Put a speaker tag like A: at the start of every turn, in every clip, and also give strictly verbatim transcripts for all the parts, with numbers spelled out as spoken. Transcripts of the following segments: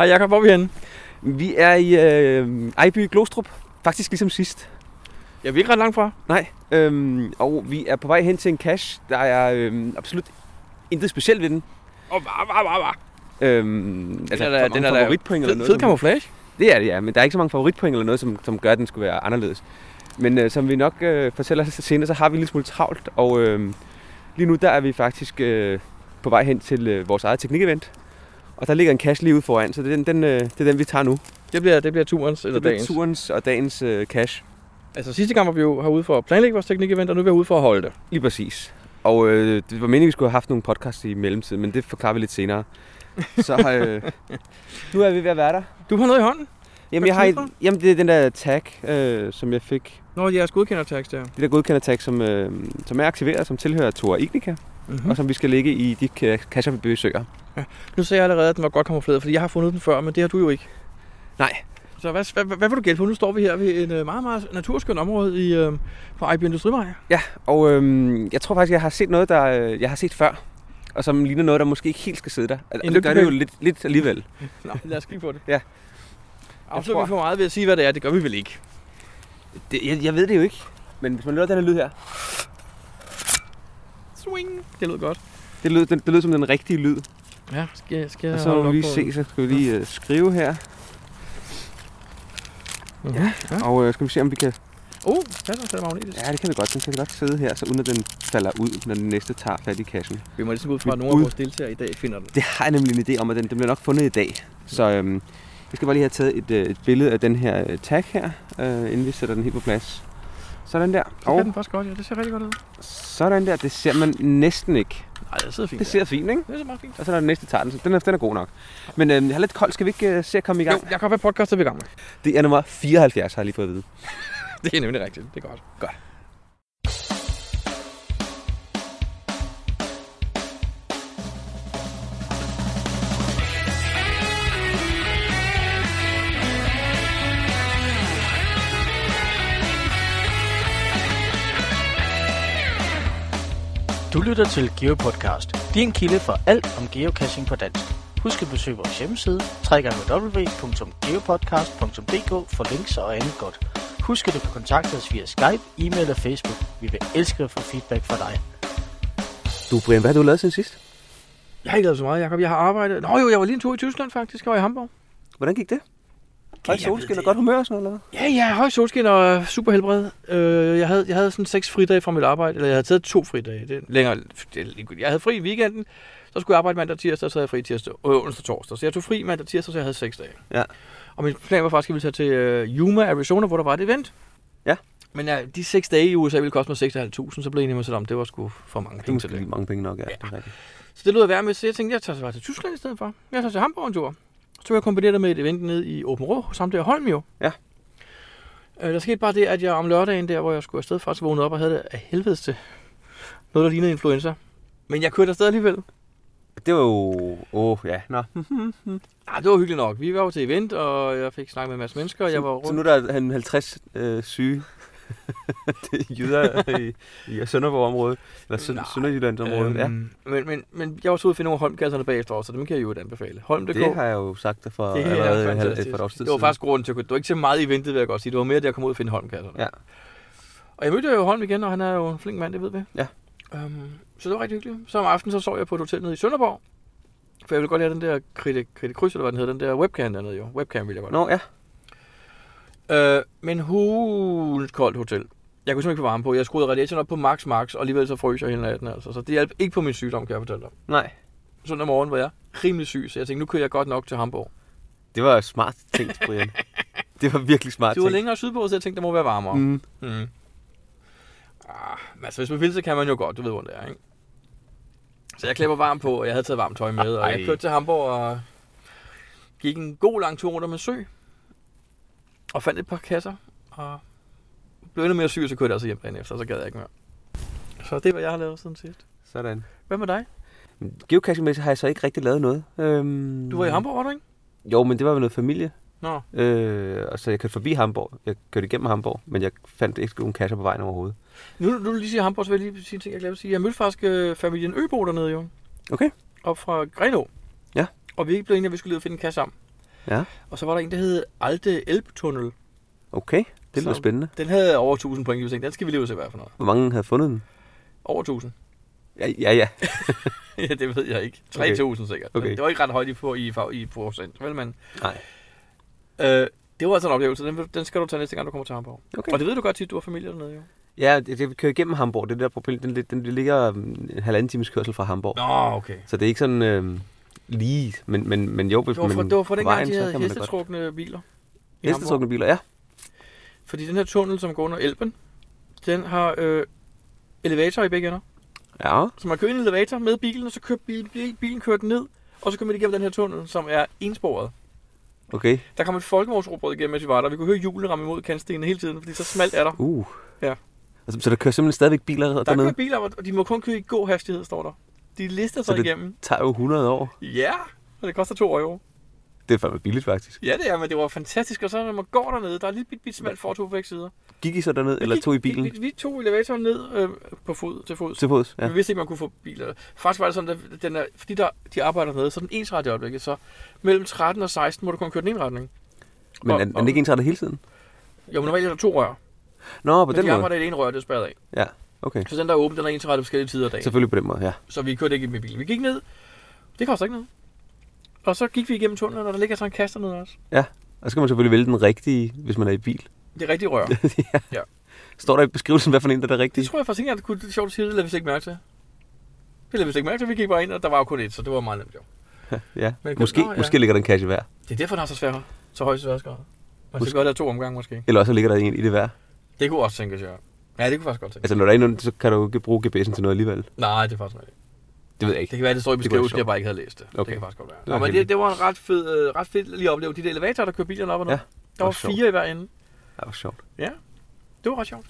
A: Hej Jakob, hvor er vi henne?
B: Vi er i øh, Ejby Glostrup, faktisk ligesom sidst.
A: Ja, vi er ikke ret langt fra.
B: Nej, øhm, og vi er på vej hen til en cache. Der er øhm, absolut intet specielt ved den.
A: Åh, oh, var, var, var, var.
B: Øhm, altså,
A: den er,
B: den er der favoritpoint eller
A: fed,
B: noget.
A: Fed camouflage.
B: Det er det, ja, men der er ikke så mange favoritpoint eller noget, som, som gør, at den skulle være anderledes. Men øh, som vi nok øh, fortæller senere, så har vi lidt smule travlt, og øh, lige nu der er vi faktisk øh, på vej hen til øh, vores eget teknikevent. Og der ligger en cache lige ude foran, så det er den, den, øh, det er den vi tager nu.
A: Det bliver, det bliver turens eller
B: det bliver
A: dagens?
B: turens og dagens øh, cache.
A: Altså sidste gang var vi jo herude for at planlægge vores teknikevent, og nu er vi herude for at holde det.
B: Lige præcis. Og øh, det var meningen, vi skulle have haft nogle podcasts i mellemtiden, men det forklarer vi lidt senere. Så øh, nu er vi ved at være der.
A: Du har noget i hånden?
B: Jamen, jeg har et, jamen det er den der tag, øh, som jeg fik.
A: Nå, jeres godkender-tags der.
B: Det der godkender-tag, som, øh, som er aktiveret, som tilhører Tor Ignica, mm-hmm. og som vi skal lægge i de kasser, vi besøger.
A: Ja. Nu sagde jeg allerede, at den var godt kamufleret, fordi jeg har fundet den før, men det har du jo ikke.
B: Nej.
A: Så hvad, hvad, hvad vil du gætte på? Nu står vi her ved en meget, meget naturskøn område i, øh, på Ejby Industrivej.
B: Ja, og øh, jeg tror faktisk, jeg har set noget, der jeg har set før, og som ligner noget, der måske ikke helt skal sidde der. Og det gør det jo lidt, lidt alligevel.
A: Nå, lad os kigge på det.
B: Ja.
A: Afslører vi for meget ved at sige, hvad det er? Det gør vi vel ikke?
B: Det, jeg, jeg ved det jo ikke, men hvis man lyder den her lyd her.
A: Swing! Det lød godt.
B: Det lød, det, det lød som den rigtige lyd.
A: Ja, skal, skal jeg
B: og så må vi lige se, så skal vi lige uh, skrive her. Uh-huh. Ja, ja, og uh, skal vi se, om vi kan...
A: Oh, det er der magnetisk.
B: Ja, det kan vi godt. Den kan godt sidde her, så uden at den falder ud, når den næste tager fat i kassen.
A: Vi må ligesom ud fra, at nogle af vores deltagere i dag finder den.
B: Det har jeg nemlig en idé om, at den, den bliver nok fundet i dag. Så øhm, jeg skal bare lige have taget et, et billede af den her tag her, øh, inden vi sætter den helt på plads. Sådan der.
A: Det kan den faktisk godt, ja. Det ser rigtig godt ud.
B: Sådan der. Det ser man næsten ikke.
A: Nej, det sidder fint.
B: Det ser ja. fint, ikke?
A: Det ser meget fint.
B: Og så er der den næste tager den. Den er, den er god nok. Men øh, jeg har lidt koldt. Skal vi ikke uh, se at komme i gang?
A: Jo, jeg kan være podcast, er vi i gang med.
B: Det er nummer fireoghalvfjerds, har jeg lige fået at vide.
A: Det er nemlig rigtigt. Det er godt.
B: Godt.
C: Du lytter til GeoPodcast, din kilde for alt om geocaching på dansk. Husk at besøge vores hjemmeside, w w w punktum geopodcast punktum d k for links og andet godt. Husk at du kan kontakte os via Skype, e-mail og Facebook. Vi vil elske at få feedback fra dig.
B: Du, Brian, hvad har du lavet siden sidst?
A: Jeg har ikke lavet så meget, Jacob. Jeg har arbejdet... Nå jo, jeg var lige en tur i Tyskland faktisk. Jeg var i Hamburg.
B: Hvordan gik det? Høj solskin og godt humør og sådan noget, eller?
A: Ja, ja, høj solskin og super helbred. Øh, jeg, havde, jeg havde sådan seks fridage fra mit arbejde, eller jeg havde taget to fridage. Det er længere. Jeg havde fri i weekenden, så skulle jeg arbejde mandag og tirsdag, og så havde jeg fri tirsdag, øh, onsdag og torsdag. Så jeg tog fri mandag og tirsdag, så jeg havde seks dage.
B: Ja.
A: Og min plan var faktisk, at jeg ville tage til øh, Yuma, Arizona, hvor der var et event.
B: Ja.
A: Men ja, de seks dage i U S A ville koste mig seks tusind fem hundrede, så blev jeg enig med sig om, det var sgu for mange penge
B: til det. mange penge nok, ja. ja. Det er
A: så det lød at være med, så jeg tænkte, jeg tager bare til Tyskland i stedet for. Jeg tager til Hamburg en tur. Så kunne jeg kombinere det med et event nede i Åben Rå, samt der Holm jo.
B: Ja.
A: Øh, der skete bare det, at jeg om lørdagen der, hvor jeg skulle afsted, faktisk vågnede op og havde det af helvedes til. Noget, der lignede influenza. Men jeg kørte afsted alligevel.
B: Det var jo... Åh, oh, ja. Nå.
A: Ja, det var hyggeligt nok. Vi var jo til event, og jeg fik snakket med en masse mennesker, og jeg var rundt.
B: Så nu er der halvtreds øh, syge jyder i, i Sønderborg-området, eller Sønderjyllandsområdet, øhm, ja.
A: Men, men, men jeg var så ude at finde nogle Holmkasserne bagefter også, så dem kan jeg jo anbefale. Holm punktum d k.
B: Det har jeg jo sagt for
A: det
B: allerede et par års tid siden.
A: Det var faktisk grunden til at det var ikke så meget eventet, vil jeg godt sige. Det var mere, at jeg kom ud og finde Holmkasserne.
B: Ja.
A: Og jeg mødte jo Holm igen, og han er jo en flink mand, det ved vi.
B: Ja.
A: Øhm, så det var rigtig hyggeligt. Så om aftenen så sov jeg på et hotel nede i Sønderborg. For jeg ville godt have den der Kritik Kryds, eller hvad den hedder, den der webcam dernede jo. Webcam ville jeg godt.
B: Nå, ja.
A: Øh, men hulens koldt hotel. Jeg kunne simpelthen ikke få varme på. Jeg skruede radiatoren op på max max, og alligevel så frøs jeg hele natten. Altså. Så det hjalp ikke på min sygdom, kan jeg fortælle dig.
B: Nej.
A: Søndag morgen var jeg rimelig syg, så jeg tænkte, nu kører jeg godt nok til Hamburg.
B: Det var smart tænkt, Brian. Det var virkelig smart
A: tænkt. Du var længere sydpå, så jeg tænkte, der må være varmere. Mm. Mm. Ah, men altså, hvis man vil, så kan man jo godt. Du ved, hvor det er, ikke? Så jeg klæber varmt på, og jeg havde taget varmt tøj med, og jeg kørte til Hamburg og gik en god lang tur rundt om en sø. Og fandt et par kasser, og blev endnu mere syg, og så kørte jeg altså hjem dagen efter, og så gad jeg ikke mere. Så det er, hvad jeg har lavet siden sidst.
B: Sådan.
A: Hvad med dig?
B: Geocaching-mæssigt har jeg så ikke rigtig lavet noget. Øhm...
A: Du var i Hamburg, var du ikke?
B: Jo, men det var jo noget familie.
A: Nå.
B: Øh, og så jeg kørte forbi Hamburg. Jeg kørte igennem Hamburg, men jeg fandt ikke nogen kasser på vejen overhovedet.
A: Nu, nu vil du lige sige Hamburg, så vil jeg lige sige en ting, jeg glemte at sige. Jeg mødte faktisk øh, familien Øbo dernede jo.
B: Okay.
A: Op fra Grenå.
B: Ja.
A: Og vi er ikke blevet enige, at vi skulle ud og finde en kasse sammen.
B: Ja.
A: Og så var der en, der hed Alte Elbtunnel.
B: Okay, det lyder spændende.
A: Den havde over tusind point, jeg tænkte, den skal vi lige ud se, hvad for noget.
B: Hvor mange havde fundet den?
A: Over tusind.
B: Ja, ja. ja.
A: Ja, det ved jeg ikke. tre tusind sikkert.
B: Okay.
A: Det var ikke ret højt i, på, i, i procent, vel, men...
B: Nej.
A: Øh, det var altså en oplevelse. Den, den skal du tage næste gang, du kommer til Hamburg.
B: Okay.
A: Og det ved du godt tit, du har familie dernede, jo.
B: Ja, det, det kører igennem Hamburg. Det der problem, den, den, den ligger en halvanden times kørsel fra Hamburg.
A: Nå, okay.
B: Så det er ikke sådan øh, lige, men, men, men jo, hvis
A: det var for,
B: man
A: det var for den gang,
B: vejen,
A: de havde
B: så kan man da
A: hestetrukne biler.
B: Hestetrukne biler, ja.
A: Fordi den her tunnel, som går under Elben, den har øh, elevator i begge ender.
B: Ja.
A: Så man kører ind i en elevator med bilen, og så kører bilen, bilen kører den ned, og så kører man igennem den her tunnel, som er ensporet.
B: Okay.
A: Der kom et folkevognsrugbrød igennem, mens vi var der. Vi kunne høre hjulene ramme imod kantstenene hele tiden, fordi så smalt er der.
B: Uh.
A: Ja.
B: Altså, så der kører simpelthen stadigvæk biler
A: der
B: dernede?
A: Der kører biler, og de må kun køre i god hastighed, står der. De lister sig
B: det
A: igennem.
B: Tager jo hundrede år.
A: Ja, og det koster to euro.
B: Det er fandme billigt, faktisk.
A: Ja, det er, men det var fantastisk. Og så når man går dernede, der er lidt bit, bit smalt fortov på begge sider.
B: Gik I så derned,
A: Vi
B: eller
A: gik,
B: tog I bilen?
A: Vi, vi, vi tog elevatoren ned øh, på fod, til fods.
B: Til fods, ja.
A: Vi vidste ikke, man kunne få biler. Faktisk var det sådan, at den er, fordi der, de arbejder dernede, så den ensrettet i øjeblikket. Så mellem tretten og seksten må du kun køre den ene retning.
B: Men
A: og,
B: er, er den ikke ensrettet hele tiden?
A: Jo, men normalt er der to rør.
B: Nå, på
A: men
B: den
A: de
B: måde.
A: arbejder i det ene rør, det er spærret af.
B: Ja, okay.
A: Så den der er åben, den er ensrettet forskellige tider af dagen.
B: Selvfølgelig på den måde, ja.
A: Så vi kørte ikke med bilen. Vi gik ned. Det koster ikke noget. Og så gik vi igennem tunnelen, og der ligger så en kaster ned også.
B: Ja, og så skal man selvfølgelig vælge den rigtige, hvis man er i bil.
A: Det er rigtige rør.
B: ja.
A: Ja.
B: Står der i beskrivelsen, hvad for en, der er rigtige?
A: Det tror jeg faktisk ikke, at det kunne det er sjovt at sige, det lader vi slet ikke mærke til. Det lader vi slet ikke mærke til, vi gik bare ind, og der var jo kun et, så det var meget nemt jo.
B: ja,
A: Men,
B: måske,
A: nå, ja.
B: måske ligger der en cash i hver.
A: Det er derfor, der er så svært. Så højt sværskere. Man
B: Måske.
A: skal godt have to omgange måske.
B: Eller også ligger der en i det hver.
A: Det kunne også tænkes, ja. Ja, det kunne faktisk godt tænkes.
B: Altså, når der er en, så kan du ikke bruge G P S'en til noget alligevel.
A: Nej, det er faktisk ikke.
B: Det ved jeg ikke.
A: Det kan være, at det står i
B: Det kunne
A: beskrivelsen,
B: være
A: jeg bare ikke havde læst det.
B: Okay.
A: Det kan faktisk godt være.
B: Det var
A: Nå, men det,
B: heldigt.
A: det var en ret fed, øh, ret fedt lige at opleve. De der elevatorer, der kører bilerne op og ned.
B: Ja,
A: Der var
B: det var
A: fire i hver ende.
B: Det var sjovt.
A: Ja, det var ret sjovt.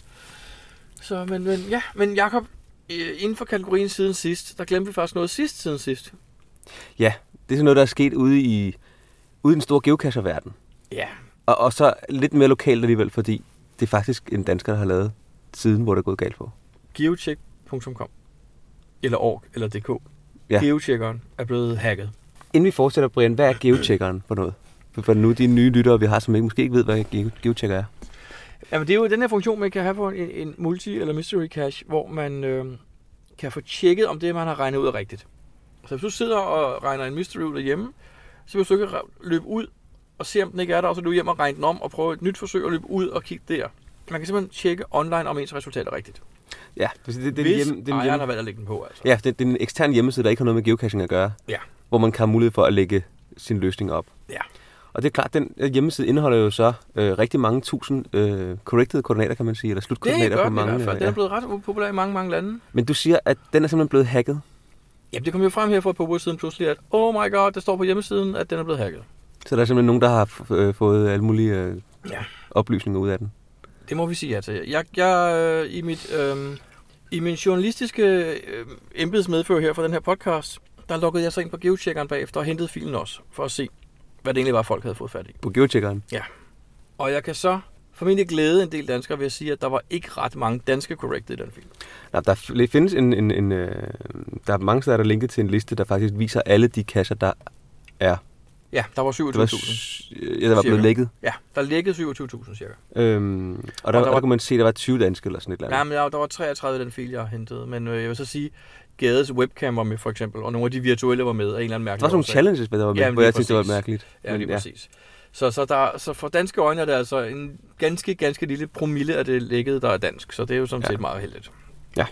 A: Så, men, men ja, men Jakob, øh, inden for kategorien siden sidst, der glemte vi faktisk noget sidst siden sidst.
B: Ja, det er sådan noget, der er sket ude i, ude i den store geocacher-verden.
A: Ja.
B: Og, og så lidt mere lokalt alligevel, fordi det er faktisk en dansker, der har lavet siden, hvor det er gået galt på.
A: Geocheck punktum com eller org eller dk.
B: Ja.
A: Geocheckeren er blevet hacket.
B: Inden vi fortsætter, Brian, hvad er geocheckeren for noget? For nu de nye lyttere, vi har, som ikke, måske ikke ved, hvad geo- geochecker er.
A: Jamen, det er jo den her funktion, man kan have på en, en multi- eller mystery cache, hvor man øh, kan få tjekket, om det, man har regnet ud, er rigtigt. Så hvis du sidder og regner en mystery ud derhjemme, så vil du ikke løbe ud og se, om den ikke er der, og så løbe hjem og regne den om og prøve et nyt forsøg at løbe ud og kigge der. Man kan simpelthen tjekke online, om ens resultat er rigtigt.
B: Ja, det, det, det,
A: Hvis
B: hjem, det,
A: ejeren
B: hjem,
A: har valgt at lægge den på, altså.
B: ja, det, det er en ekstern hjemmeside, der ikke har noget med geocaching at gøre.
A: Ja.
B: Hvor man kan have mulighed for at lægge sin løsning op.
A: Ja.
B: Og det er klart, den hjemmeside indeholder jo så øh, rigtig mange tusind øh, corrected koordinater, kan man sige, eller
A: Det er
B: slutkoordinater
A: godt
B: på mange.
A: i hvert fald. Den
B: ja.
A: er blevet ret upopulær i mange, mange lande.
B: Men du siger, at den er simpelthen blevet hacket.
A: Jamen, det kom jo frem her for et par uger siden pludselig, at oh my god, det står på hjemmesiden, at den er blevet hacket.
B: Så der er simpelthen nogen, der har f- øh, fået alle mulige øh,
A: Ja.
B: oplysninger ud af den.
A: Det må vi sige ja til. Jeg, jeg øh, i mit øh, i min journalistiske øh, embedsmedfører her for den her podcast, der loggede jeg så ind på geocheckeren bagefter og hentede filen også, for at se, hvad det egentlig var, folk havde fået fat i.
B: På geocheckeren?
A: Ja. Og jeg kan så formentlig glæde en del danskere ved at sige, at der var ikke ret mange danske corrected i den fil.
B: Nej, der f- findes en, en, en øh, der er mange steder, der er linket til en liste, der faktisk viser alle de cacher, der er.
A: Ja, der var
B: Det var,
A: syvogtyve tusind.
B: s- ja, der var blevet
A: Cirka.
B: lækket.
A: Ja, der lækkede syvogtyve tusind cirka.
B: Øhm, og der, og der,
A: der
B: der
A: var-
B: kunne man se, at der var tyve danske eller sådan et eller andet.
A: Ja, men der, der var treogtredive i den fil, jeg hentede. Men øh, jeg vil så sige, Gades webcam var med for eksempel, og nogle af de virtuelle var med af en eller anden mærkelig
B: Der var sådan nogle
A: årsag.
B: challenges, hvad der var med,
A: Ja, men
B: hvor
A: lige
B: jeg synes, det var
A: præcis.
B: mærkeligt.
A: Ja,
B: Men
A: lige præcis. Så, så, der, så for danske øjne er det altså en ganske, ganske lille promille af det lækkede, der er dansk. Så det er jo sådan
B: Ja.
A: set meget heldigt.
B: Ja.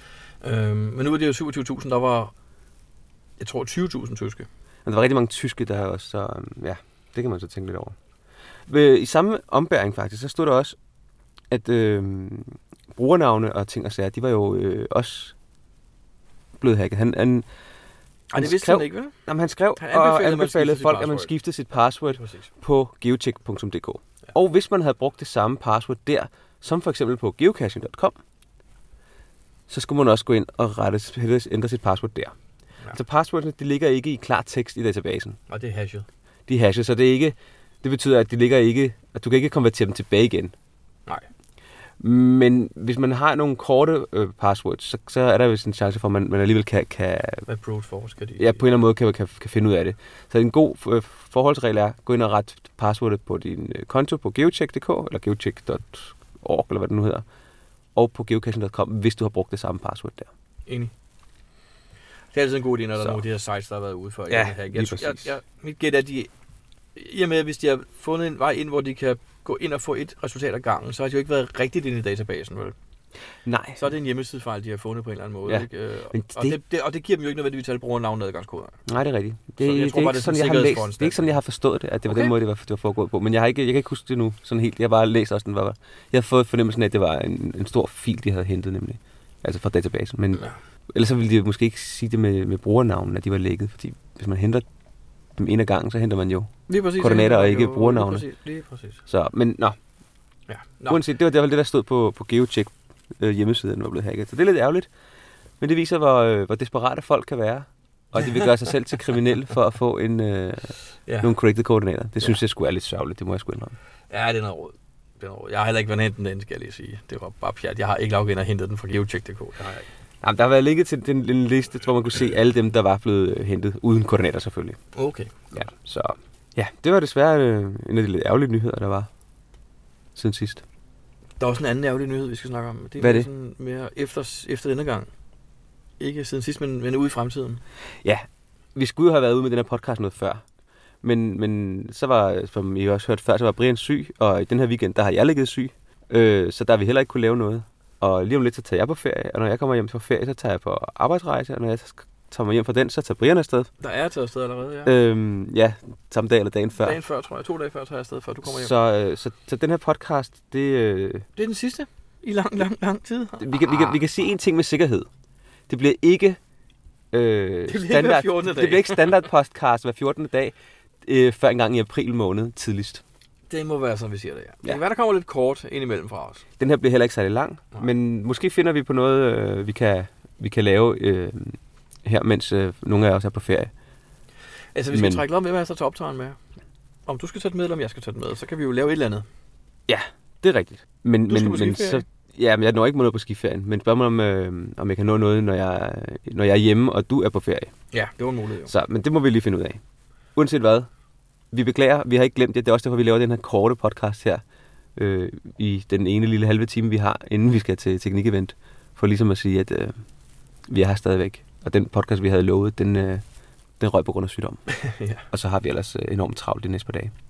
A: Øhm, men nu er det jo syvogtyve tusind, der var, jeg tror, tyve tusind tyske.
B: Men der var rigtig mange tyske, der også, så øhm, ja, det kan man så tænke lidt over. Ved, I samme ombæring faktisk, så stod der også, at øh, brugernavne og ting og sager, de var jo øh, også blevet hacket. Han, han,
A: Ej, det
B: han
A: vidste
B: skrev,
A: han ikke, vel?
B: Jamen, han skrev
A: Han
B: og
A: anbefalede, at man
B: anbefalede
A: skiftede
B: folk,
A: sit
B: at man
A: password.
B: skiftede sit password
A: Præcis.
B: på geocheck punktum d k. Ja. Og hvis man havde brugt det samme password der, som for eksempel på geocaching punktum com, så skulle man også gå ind og rette, ændre sit password der. Ja. Altså passwordene, de ligger ikke i klar tekst i databasen.
A: Og det er hashet.
B: De er hashet, så det er ikke, det betyder, at de ligger ikke, at du kan ikke konvertere dem tilbage igen.
A: Nej.
B: Men hvis man har nogle korte øh, passwords, så, så er der jo en chance for, at man, man alligevel kan... kan
A: Hvad brute force skal de?
B: Ja, på en eller anden måde kan, kan, kan finde ud af det. Så en god øh, forholdsregel er, gå ind og ret passwordet på din øh, konto på geocheck punktum d k, eller geocheck punktum org, eller hvad det nu hedder, og på geocaching punktum com, hvis du har brugt det samme password der.
A: Enig. Det er altid en god idé, når der
B: så.
A: er nogle af de her sites, der har været ude for.
B: Ja,
A: jeg, jeg,
B: lige
A: jeg, jeg, jeg, mit gæt er, at de, i og med, at hvis de har fundet en vej ind, hvor de kan gå ind og få et resultat ad gangen, så har de jo ikke været rigtigt inde i databasen, vel?
B: Nej.
A: Så er det en hjemmesidefejl, de har fundet på en eller anden måde.
B: Ja.
A: Ikke?
B: Men
A: og,
B: det...
A: det, det, og det giver dem jo ikke nødvendigvis alle brugernavn og adgangskoder.
B: Nej, det er rigtigt. Det,
A: så jeg
B: det,
A: tror
B: er
A: bare,
B: ikke
A: det,
B: sådan, jeg har læst, det er ikke sådan, jeg har forstået det, at det var
A: okay.
B: den måde, det var, det var foregået på. Men jeg, har ikke, jeg kan ikke huske det nu sådan helt. Jeg har bare læst også, den var... Jeg har fået fornemmelsen af, at det var en, en stor fil, de havde hentet nemlig. Altså fra databasen. Men ja. Ellers så ville de måske ikke sige det med, med brugernavnen, at de var lækket. Fordi hvis man henter dem en af gangen, så henter man jo
A: lige præcis,
B: koordinater og ikke
A: jo,
B: brugernavne.
A: Lige præcis, lige præcis.
B: Så, men nå.
A: Ja, nå.
B: Uanset, det var det, der stod på, på Geocheck øh, hjemmesiden, var blevet hacket. Så det er lidt ærgerligt. Men det viser, hvor, øh, hvor desperate folk kan være. Og de vil gøre sig selv til kriminelle for at få en, øh, ja. nogle corrected koordinater. Det synes ja. jeg sgu er lidt sørgeligt, det må jeg sgu indrømme.
A: Ja, det er noget råd. Det er noget råd. Jeg har heller ikke været hentet den, skal jeg lige sige. Det var bare pjat. Jeg har ikke logget ind og hentet den fra geocheck punktum d k. Det har jeg ikke.
B: Jamen, der har været ligget til den, den liste, hvor man kunne se alle dem, der var blevet hentet, uden koordinater selvfølgelig.
A: Okay.
B: Ja, så ja, det var desværre øh, en af de lidt ærgerlige nyheder, der var siden sidst.
A: Der er også en anden ærgerlig nyhed, vi skal snakke om. Det er
B: Hvad er det?
A: Sådan mere efter, efter denne gang. Ikke siden sidst, men, men ude i fremtiden.
B: Ja, vi skulle jo have været ude med den her podcast noget før. Men, men så var, som I også hørt før, så var Brian syg, og i den her weekend, der har jeg ligget syg. Øh, så der har vi heller ikke kunne lave noget. Og lige om lidt, så tager jeg på ferie, og når jeg kommer hjem fra ferie, så tager jeg på arbejdsrejse, og når jeg tager mig hjem fra den, så tager Brian afsted.
A: Der er taget afsted allerede, ja.
B: Øhm, ja, samme dag eller dagen før.
A: Dagen før, tror jeg. To dage før tager jeg afsted, før du kommer hjem.
B: Så, øh, så, så den her podcast, det... Øh,
A: det er den sidste i lang, lang, lang tid.
B: Vi kan, vi, kan, vi kan sige en ting med sikkerhed. Det bliver ikke... Øh,
A: det bliver
B: standard,
A: ikke
B: det bliver ikke standard podcast hver fjortende dag, øh, før en gang i april måned tidligst.
A: Det må være sådan, vi siger det, ja. Det
B: ja.
A: kan være, der kommer lidt kort indimellem fra os.
B: Den her bliver heller ikke særlig lang, nej. Men måske finder vi på noget, øh, vi, kan, vi kan lave øh, her, mens øh, nogle af os er på ferie.
A: Altså, vi skal men... trække lidt om, hvem er så til optageren med. Om du skal tage det med, eller om jeg skal tage det med, så kan vi jo lave et eller andet.
B: Ja, det er rigtigt. Men,
A: du skal
B: men,
A: på
B: men så, ja, men jeg når ikke noget på skiferien, men spørg mig om, øh, om jeg kan nå noget, når jeg, når jeg er hjemme, og du er på ferie.
A: Ja, det var en mulighed. Jo.
B: Så, men det må vi lige finde ud af. Uanset hvad, vi beklager, vi har ikke glemt det. Det er også derfor, vi laver den her korte podcast her, øh, i den ene lille halve time, vi har, inden vi skal til teknikevent, for ligesom at sige, at øh, vi er her stadigvæk. Og den podcast, vi havde lovet, den, øh, den røg på grund af sygdom. ja. Og så har vi ellers øh, enormt travlt de næste par dage.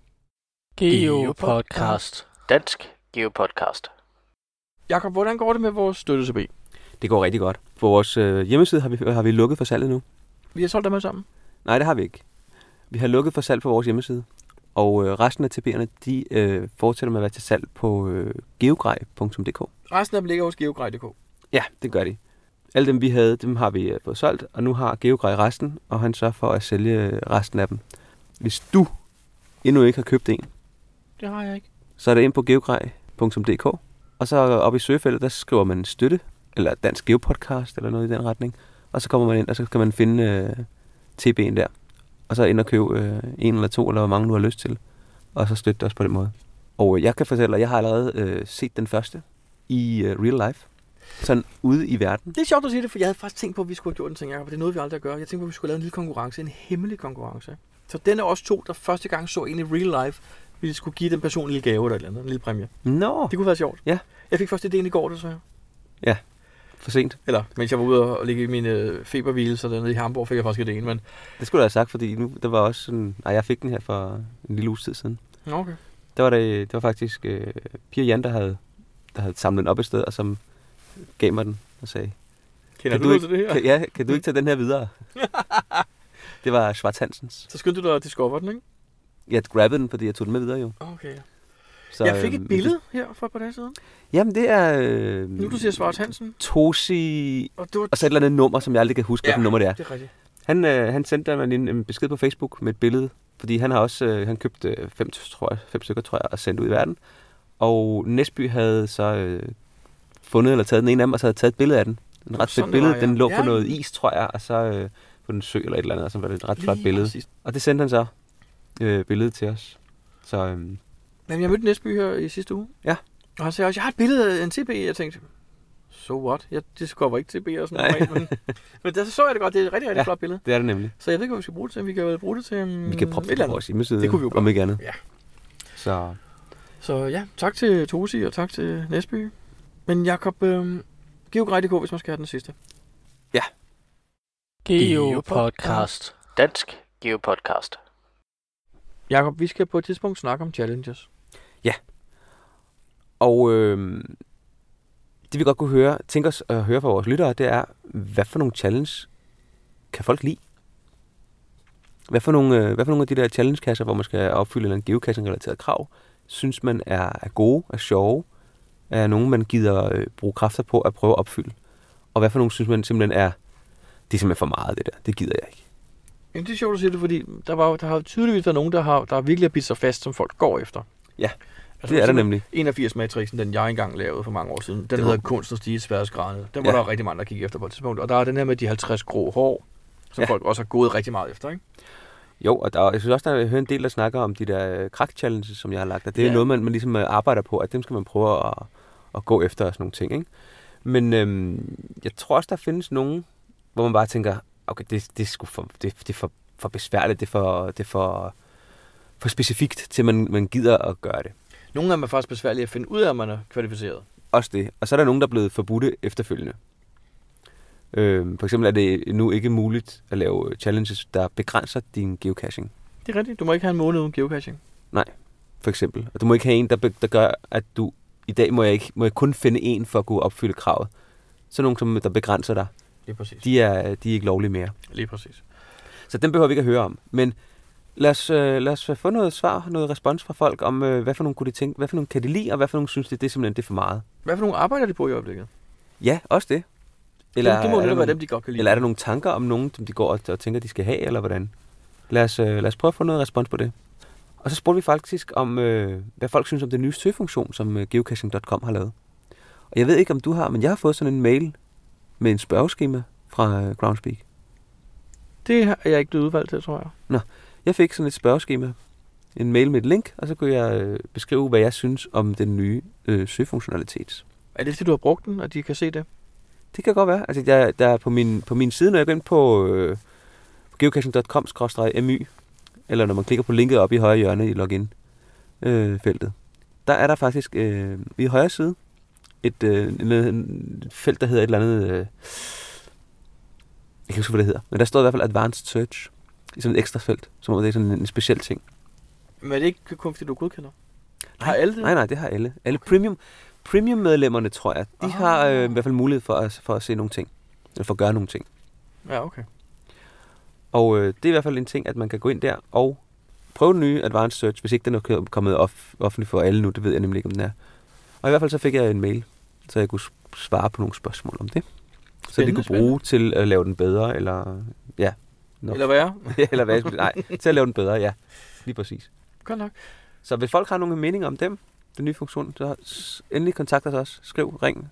C: Geopodcast. Dansk Geopodcast.
A: Jakob, hvordan går det med vores støtte til B?
B: Det går rigtig godt. På vores øh, hjemmeside har vi, har vi lukket for salget nu.
A: Vi har solgt dem alle sammen?
B: Nej, det har vi ikke. Vi har lukket for salg på vores hjemmeside. Og øh, resten af T B'erne, de øh, fortsætter med at være til salg på øh, geogrej punktum d k.
A: Resten af dem ligger hos geogrej punktum d k?
B: Ja, det gør de. Alle dem, vi havde, dem har vi øh, fået solgt, og nu har Geogrej resten, og han sørger for at sælge resten af dem. Hvis du endnu ikke har købt en,
A: det har jeg ikke,
B: så er det ind på geogrej punktum d k, og så oppe i søgefeltet, der skriver man støtte, eller Dansk Geopodcast, eller noget i den retning, og så kommer man ind, og så kan man finde øh, T B'en der, og så ind og købe øh, en eller to, eller hvor mange du har lyst til, og så støtte os på den måde. Og jeg kan fortælle dig, jeg har allerede øh, set den første i øh, real life. Sådan ude i verden.
A: Det er sjovt at sige det, for jeg havde faktisk tænkt på, at vi skulle have gjort en ting, Jacob. Det er noget, vi aldrig gør. Jeg tænkte på, at vi skulle lave en lille konkurrence, en hemmelig konkurrence. Så den er også to, der første gang så en i real life, vi skulle give den person en lille gave eller et eller andet, en lille præmie.
B: Nå.
A: Det kunne være sjovt.
B: Ja.
A: Jeg fik først idéen i går, det så jeg.
B: Ja, for sent.
A: Eller, mens jeg var ude og ligge i mine feberhvilelser dernede i Hamburg, fik jeg faktisk idéen, men...
B: Det skulle du have sagt, fordi nu, der var også sådan... Nej, jeg fik den her for en lille uges tid siden.
A: Okay.
B: Der var det, det var faktisk øh, Pia Jan, der havde, der havde samlet den op et sted, og som gav mig den og sagde...
A: Kender
B: kan
A: du,
B: du
A: ikke,
B: til det her? Kan, ja, kan du ikke tage den her videre? Det var Schwarz Hansens.
A: Så skyndte du dig, at de skubber den, ikke?
B: Jeg grabbede den, fordi jeg tog den med videre jo.
A: Okay.
B: Så,
A: jeg fik et
B: øh,
A: billede
B: det,
A: her for et par dage siden.
B: Jamen det er... Øh,
A: nu du siger Schwarz Hansen.
B: Tosi...
A: Og, var...
B: og så et eller andet nummer, som jeg aldrig kan huske, ja, hvilket nummer det er.
A: Det er rigtigt.
B: Han, øh, han sendte mig en, en besked på Facebook med et billede, fordi han har også øh, han købt øh, fem, tror jeg, fem stykker, tror jeg, og sendt ud i verden. Og Næsby havde så øh, fundet eller taget den ene af dem, og så havde taget et billede af den. En ret fedt billede. Var, ja. Den lå ja. på noget is, tror jeg, og så øh, på den sø eller et eller andet, og så var det et ret flot billede. Præcis. Og det sendte han så øh, billedet til os. Så, øh,
A: Men jeg mødte Næsby her i sidste uge.
B: Ja.
A: Og han sagde også, jeg har et billede af en T B. Jeg tænkte, so what? Jeg discover ikke T B og sådan noget. Men, men der så jeg det godt. Det er et rigtig, rigtig ja, flot billede.
B: Det er det nemlig.
A: Så jeg ved ikke, hvad vi skal bruge det til. Vi kan jo bruge det til um,
B: vi kan proppe det på vores hjemmeside.
A: Det kunne vi jo
B: om ikke andet.
A: Ja.
B: Så.
A: Så ja, tak til Tosi og tak til Næsby. Men Jakob, øh, Geocry punktum d k, hvis man skal have den sidste.
B: Ja.
C: Geopodcast. Dansk Geopodcast.
A: Jakob, vi skal på et tidspunkt snakke om challenges.
B: Ja. Og øh, det vi godt kunne høre, tænke os at høre fra vores lyttere, det er, hvad for nogle challenge kan folk lide? Hvad for nogle, øh, hvad for nogle af de der challenge-kasser, hvor man skal opfylde en geocaching-relateret krav, synes man er, er gode, er sjove, er nogen, man gider øh, bruge kræfter på at prøve at opfylde? Og hvad for nogle synes man simpelthen er, det er simpelthen for meget det der, det gider jeg ikke.
A: Jamen det er sjovt at sige det, fordi der, var, der har tydeligvis været nogen, der har der virkelig har bidt sig fast, som folk går efter.
B: Ja,
A: altså,
B: det er der nemlig.
A: enogfirs-matrixen, den jeg engang lavede for mange år siden, den
B: det
A: hedder
B: var...
A: Kunst og stige sværhedsgraderne. Den var
B: ja.
A: der rigtig mange, der kiggede efter på et tidspunkt. Og der er den her med de halvtreds grå hår, som ja. folk også har gået rigtig meget efter, ikke?
B: Jo, og der, jeg synes også, der er en del, der snakker om de der krak-challenges, som jeg har lagt. Og det er
A: ja.
B: noget, man, man ligesom arbejder på, at dem skal man prøve at, at gå efter og sådan nogle ting, ikke? Men øhm, jeg tror også, der findes nogen, hvor man bare tænker, okay, det, det er sgu for, det, det er for, for besværligt, det er for, det er for, for specifikt, til man, man gider at gøre det.
A: Nogle af dem er faktisk besværlige at finde ud af, at man er kvalificeret.
B: Også det. Og så er der nogen, der er blevet forbudte efterfølgende. Øhm, for eksempel er det nu ikke muligt at lave challenges, der begrænser din geocaching.
A: Det er rigtigt. Du må ikke have en måned uden geocaching.
B: Nej, for eksempel. Og du må ikke have en, der, der gør, at du i dag må jeg, ikke, må jeg kun finde en for at kunne opfylde kravet. Så nogen, som der begrænser dig,
A: lige præcis.
B: De, er, de er ikke lovlige mere.
A: Lige præcis.
B: Så den behøver vi ikke at høre om. Men lad os, øh, lad os få noget svar, noget respons fra folk om, øh, hvad for nogle kunne de tænke, hvad for nogle kan de lide, og hvad for nogle synes de, det er simpelthen det er for meget.
A: Hvad for nogle arbejder de på i øjeblikket?
B: Ja, også det. Eller
A: det må jo være
B: nogle,
A: dem, de godt kan lide.
B: Eller er der nogle tanker om nogen, som de går og, og tænker, de skal have, eller hvordan? Lad os, øh, lad os prøve at få noget respons på det. Og så spurgte vi faktisk om, øh, hvad folk synes om den nye søgefunktion, som øh, geocaching punktum com har lavet. Og jeg ved ikke, om du har, men jeg har fået sådan en mail med en spørgeskema fra øh, Groundspeak.
A: Det er jeg ikke blevet udvalgt til, tror jeg.
B: Nå, jeg fik sådan et spørgeskema, en mail med et link, og så kunne jeg øh, beskrive, hvad jeg synes om den nye øh, søgefunktionalitet.
A: Er det fordi, du har brugt den, og de kan se det?
B: Det kan godt være. Altså, der, der er på min, på min side, når jeg går ind på, øh, på geocaching punktum com skråstreg m y, eller når man klikker på linket op i højre hjørne i login-feltet, øh, der er der faktisk øh, i højre side et, øh, et felt, der hedder et eller andet... Øh, jeg kan ikke huske, hvad det hedder, men der står i hvert fald Advanced Search i sådan et ekstra felt, som om det er sådan en, en speciel ting.
A: Men er det ikke kun fordi, du godkender? Har alle det?
B: Nej, nej, det har alle. Alle okay. premium, premium-medlemmerne, tror jeg, de Aha. har øh, i hvert fald mulighed for at, for at se nogle ting, eller for at gøre nogle ting.
A: Ja, okay.
B: Og øh, det er i hvert fald en ting, at man kan gå ind der og prøve den nye Advanced Search, hvis ikke den er kommet off- offentlig for alle nu, det ved jeg nemlig ikke, om den er. Og i hvert fald så fik jeg en mail, så jeg kunne svare på nogle spørgsmål om det. Så spændende, de kunne bruge spændende. Til at lave den bedre, eller ja. No.
A: Eller hvad?
B: eller hvad? Nej, til at lave den bedre, ja. Lige præcis.
A: Godt nok.
B: Så hvis folk har nogle meninger om dem, den nye funktion, så endelig kontakt os også. Skriv, ring.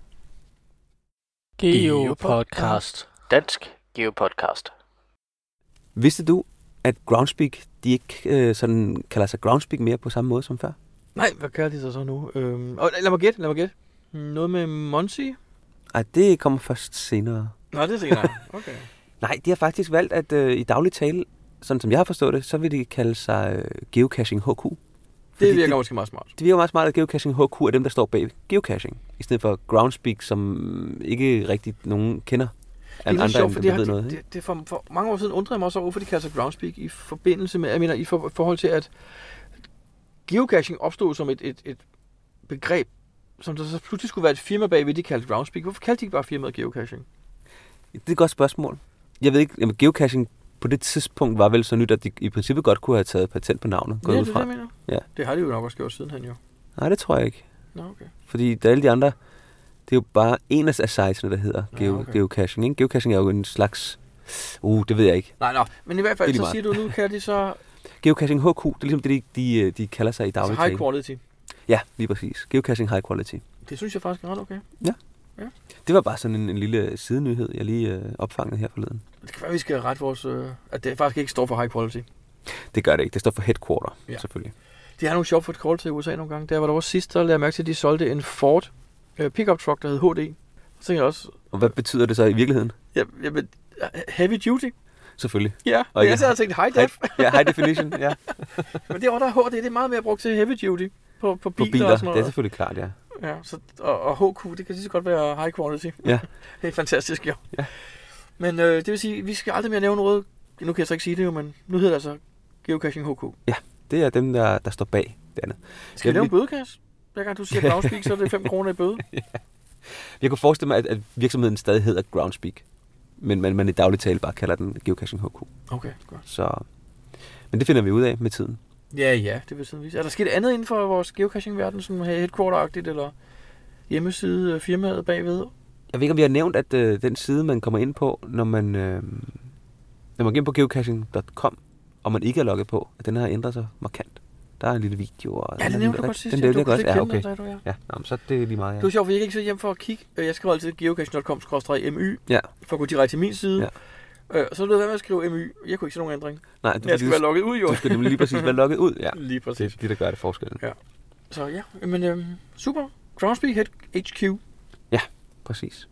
C: Geopodcast. Dansk Geopodcast.
B: Vidste du, at Groundspeak, de ikke øh, sådan kalder sig Groundspeak mere på samme måde som før?
A: Nej, hvad kalder de sig så nu? Øhm, og lad mig gætte, lad mig gætte. Noget med Monsi?
B: Ej, det kommer først senere.
A: Nå, det er senere. Okay.
B: Nej, de har faktisk valgt, at øh, i daglig tale, sådan som jeg har forstået det, så vil de kalde sig øh, Geocaching H Q.
A: Det virker måske meget smart.
B: Det virker meget smart, at Geocaching H Q er dem, der står bag geocaching, i stedet for Groundspeak, som ikke rigtig nogen kender.
A: Det er lidt sjovt, for det, har, det, det, det for, for mange år siden undrede jeg mig også over, hvorfor de kalder sig Groundspeak i forbindelse med, jeg mener, i for, forhold til, at geocaching opstod som et, et, et begreb, som der så pludselig skulle være et firma bagved, de kaldte Groundspeak. Hvorfor kaldte de ikke bare firmaet geocaching?
B: Det er et godt spørgsmål. Jeg ved ikke, jamen, geocaching på det tidspunkt var vel så nyt, at de i princippet godt kunne have taget patent på navnet.
A: Ja, det er det, jeg mener. Ja. Det har de jo nok også gjort sidenhen, jo.
B: Nej, det tror jeg ikke.
A: Nå, okay.
B: Fordi der alle de andre, det er jo bare en af sitesene, der hedder
A: ja,
B: geo-
A: okay.
B: geocaching. Ikke? Geocaching er jo en slags... Uh, det ved jeg ikke.
A: Nej, nej. Men i hvert fald, så siger du, nu kalder de så...
B: Geocaching H Q, det er ligesom det, de, de, de kalder sig i daglig tale.
A: High quality.
B: Ja, lige præcis. Geocaching high quality.
A: Det synes jeg faktisk er ret okay.
B: Ja.
A: Ja.
B: Det var bare sådan en, en lille sidenyhed, jeg lige øh, opfangede her forleden.
A: Det kan være, vi skal rette vores... Øh, at det faktisk ikke står for high quality.
B: Det gør det ikke. Det står for headquarter, ja. Selvfølgelig.
A: De har nogle sjovt for et kort til U S A nogle gange. Der var der også sidst, så lavede jeg mærke til, at de solgte en Ford uh, pickup truck, der hed H D. Så tænkte jeg også...
B: Og hvad betyder det så i virkeligheden?
A: Ja, jamen, heavy duty.
B: Selvfølgelig.
A: Ja, og, og jeg så havde tænkt high def.
B: High, ja, high definition, ja.
A: Men det der H D, det er meget mere brugt til heavy duty på, på, biler,
B: på biler
A: og sådan noget.
B: Det er selvfølgelig klart, ja.
A: Ja, så, og, og H Q, det kan lige så godt være high quality.
B: Ja.
A: Det er fantastisk, jo.
B: Ja.
A: Men øh, det vil sige, vi skal aldrig mere nævne noget. Nu kan jeg så ikke sige det jo, men nu hedder det altså Geocaching H Q.
B: Ja, det er dem, der, der står bag det andet.
A: Skal vi lave en bødekasse? Hver gang du siger Groundspeak, så er det fem kroner i bøde. Ja.
B: Jeg kunne forestille mig, at, at virksomheden stadig hedder Groundspeak, men man, man i daglig tale bare kalder den Geocaching H Q.
A: Okay, godt.
B: Så, men det finder vi ud af med tiden.
A: Ja, ja, det vil sådan vise. Er der sket andet inden for vores geocaching-verden, som er headquarter-agtigt, eller hjemmeside, firmaet bagved?
B: Jeg ved ikke, om vi har nævnt, at øh, den side, man kommer ind på, når man, øh, når man går ind på geocaching punktum com, og man ikke er logget på, at den har ændret sig markant. Der er en lille video. Og
A: ja, det nævnte du godt sidst.
B: Den nævnte jeg godt. Ja, okay.
A: Den, du, ja.
B: Ja, nå, så det er lige meget, ja.
A: Det er sjovt, for jeg kan ikke sidde hjem for at kigge. Jeg skriver altid geocaching punktum com skråstreg M Y,
B: ja.
A: For at gå direkte til min side. Ja. Øh, så lød jeg med at skrive M Y. Jeg kunne ikke se nogen ændring.
B: Nej, du
A: jeg skal være logget ud, jo.
B: Du skal nemlig lige præcis være logget ud, ja.
A: Lige præcis.
B: Det er det, der gør det forskellen.
A: Ja. Så ja, men øhm, super. Groundspeak H Q.
B: Ja, præcis.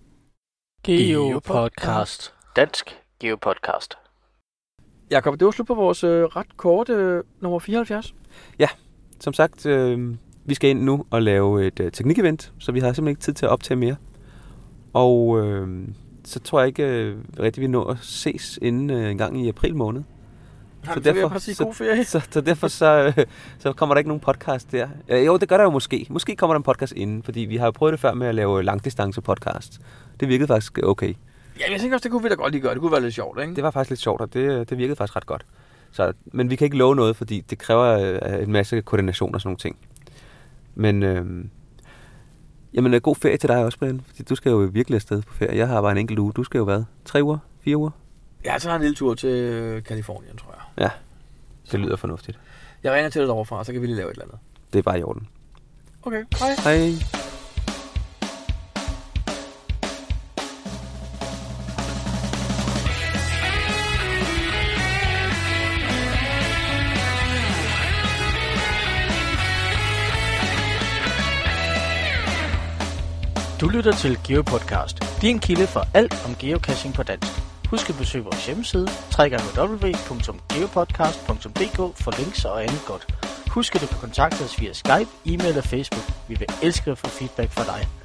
C: Geopodcast. Dansk Geopodcast.
A: Jakob, det var slut på vores øh, ret korte øh, nummer fireoghalvfjerds.
B: Ja, som sagt, øh, vi skal ind nu og lave et øh, teknikevent, så vi har simpelthen ikke tid til at optage mere. Og øh, så tror jeg ikke øh, rigtig, vi når at ses inden øh, en gang i april måned.
A: Så derfor, så, så, god ferie.
B: Så, så derfor så, øh, så kommer der ikke nogen podcast der. Øh, jo, det gør der jo måske. Måske kommer der en podcast inden, fordi vi har jo prøvet det før med at lave langdistance podcast. Det virkede faktisk okay.
A: Ja, jeg tænker også, det kunne vi da godt lige gøre. Det kunne være lidt sjovt, ikke?
B: Det var faktisk lidt sjovt, og det, det virkede faktisk ret godt. Så, men vi kan ikke love noget, fordi det kræver øh, en masse koordination og sådan nogle ting. Men øh, jamen, god ferie til dig også, Brian. Fordi du skal jo virkelig afsted på ferie. Jeg har bare en enkelt uge. Du skal jo hvad? Tre uger? Fire uger?
A: Jeg tager en lille tur til Kalifornien, tror jeg.
B: Ja, det lyder fornuftigt.
A: Jeg ringer til dig deroverfra, så kan vi lige lave et eller andet.
B: Det er bare i orden.
A: Okay, hej.
B: Hej.
C: Du lytter til Geopodcast, din kilde for alt om geocaching på dansk. Husk at besøge vores hjemmeside, w w w punktum geopodcast punktum d k for links og andet godt. Husk at du kan kontakte os via Skype, e-mail og Facebook. Vi vil elske at få feedback fra dig.